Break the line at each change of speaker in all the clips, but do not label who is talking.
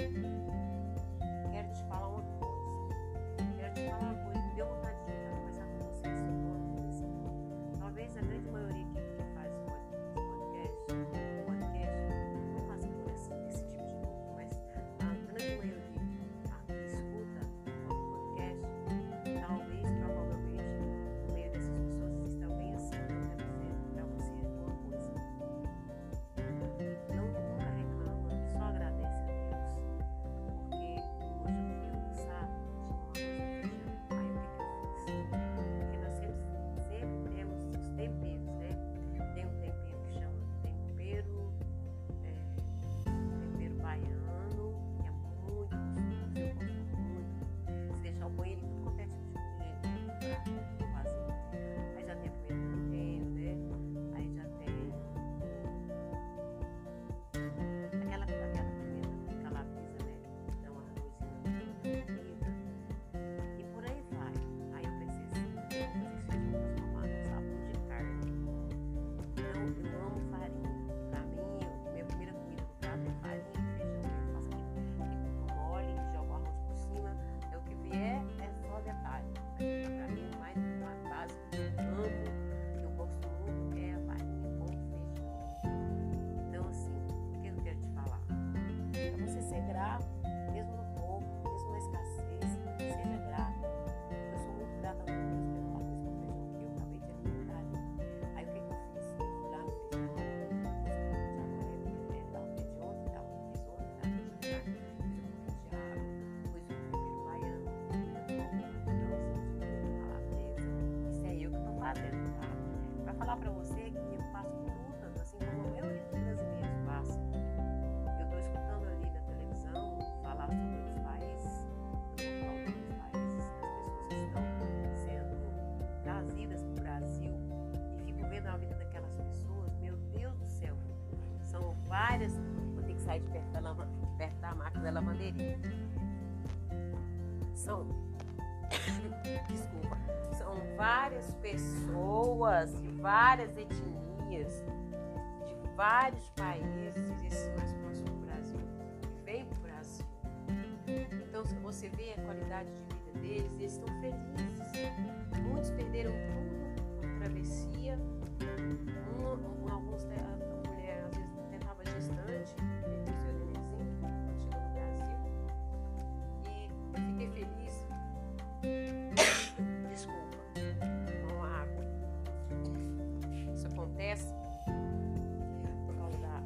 Quero te falar uma coisa. Quero te falar uma coisa. Me deu vontade de conversar com vocês sobre uma coisa. Talvez a grande maioria que faz podcast não passa por esse tipo de luta, mas a grande maioria que escuta o podcast, talvez, provavelmente, no meio dessas pessoas estão bem assim. Eu quero dizer para você uma coisa. Não nunca reclama, só agradece a Deus. Porque hoje eu fui almoçar, tinha uma arroz e feijão. Aí o que eu fiz? Porque nós sempre temos os temperos, né? Tem um tempero que chama tempero baiano, que é muito gostoso, eu gosto muito. Se deixar, eu ponho ele tudo quanto é tipo de prato que eu faço. Aí já tem a pimenta do reino, né? Aí já tem aquela pimenta calabresa, né? Dá um arrozinho de comida. E por aí vai. Aí eu pensei assim, eu vou fazer esse feijão com as mamadas, um sabor de carne. Então, eu amo farinha. Pra mim, minha primeira comida no prato é farinha e feijão. Eu faço aqui mole, jogo arroz por cima. É o que vier, é só detalhe. Mas pra mim, o mais básico que eu amo, que eu gosto muito, é a farinha com feijão. Então, assim, o que eu quero te falar? Pra você ser grato, mesmo no pouco, mesmo na escassez, seja grato. Eu sou muito grata a Deus pelo arroz com feijão que eu acabei de alimentar ali. Aí o que eu fiz? Eu fui lá no feijão, de ontem, fiz um pouquinho de água, pus um tempero baiano, pus um grãozinho de calabresa. Isso é eu que estou fazendo, tá? Pra falar pra você que eu passo por lutas, assim como a maioria dos brasileiros passa. Eu estou escutando ali na televisão falar sobre os países, eu não vou falar o nome dos países, as pessoas que estão sendo trazidas para o Brasil e fico vendo a vida daquelas pessoas, meu Deus do céu, são várias, vou ter que sair de perto da máquina da lavanderia, desculpa, são várias pessoas de várias etnias, de vários países, esses mais próximos do Brasil, que vêm para o Brasil. Então, se você vê a qualidade de vida deles, eles estão felizes. Muitos perderam tudo na travessia. Alguns, a mulher às vezes até estava gestante, perdeu seu nenenzinho quando chegou no Brasil. E eu fiquei feliz. Desculpa, com a água. Isso acontece por causa da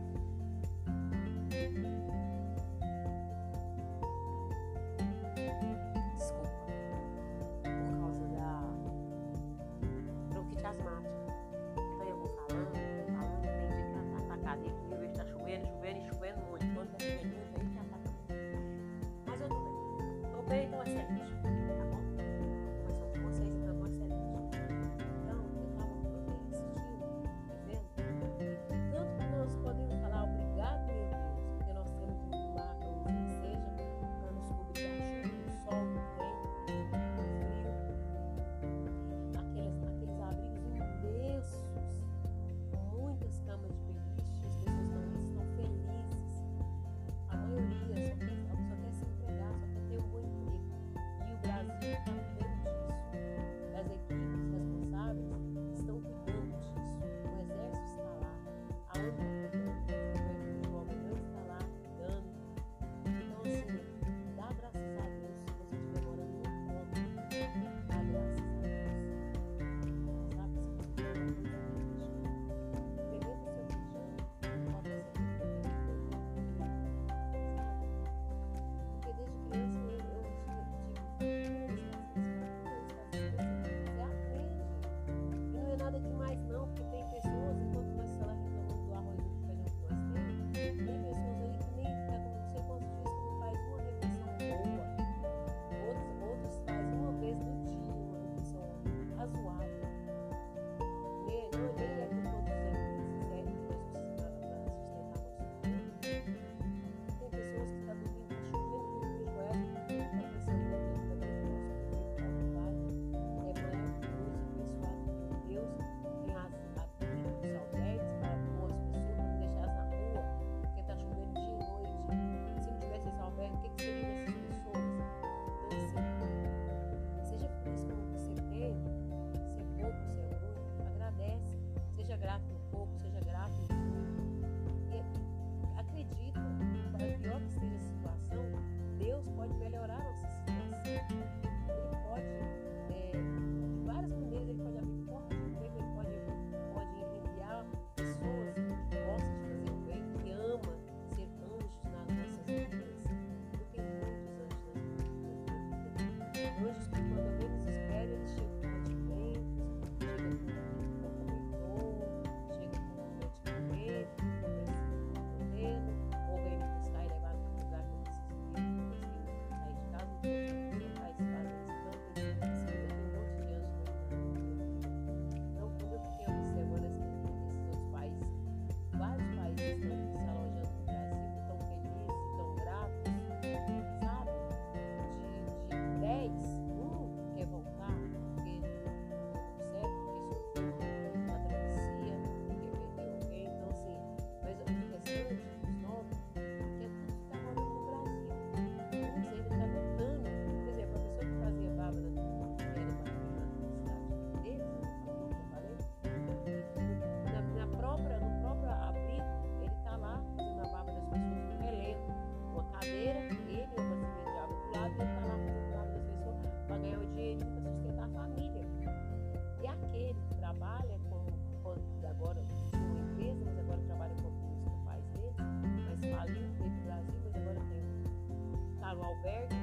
anjos que quando eu menos espero, eles chegam com medicamentos, chegam com cobertor, chegam com medicamento, podendo, ou vem me buscar e levar no lugar que eu preciso ir, eu sair de casa, então meus pais fazem isso, então eu tenho um monte de anjos na minha vida. Então, quando eu fiquei observando esses outros países, vários países estão se alojando no Brasil, estão felizes, estão gratos, sabe? De 10, um quer voltar, porque não deu certo, porque sofreu na travessia, porque perdeu alguém. Então, assim, mas o restante, os 9, quer tudo ficar morando no Brasil. Muitos ainda estão lutando. Por exemplo, a pessoa que fazia Bárbara, que era bacana na cidade deles, na família que eu falei, no próprio abrigo, ele está lá fazendo a barba das pessoas com relento, uma cadeira, ele e uma vasilha de água do lado, e ele está lá fazendo a barba das pessoas para ganhar o dinheirinho para sustentar a família. E aquele que trabalha agora tinha uma empresa, mas agora trabalha com os pais dele, mas faliu, veio para o Brasil, mas agora está no albergue,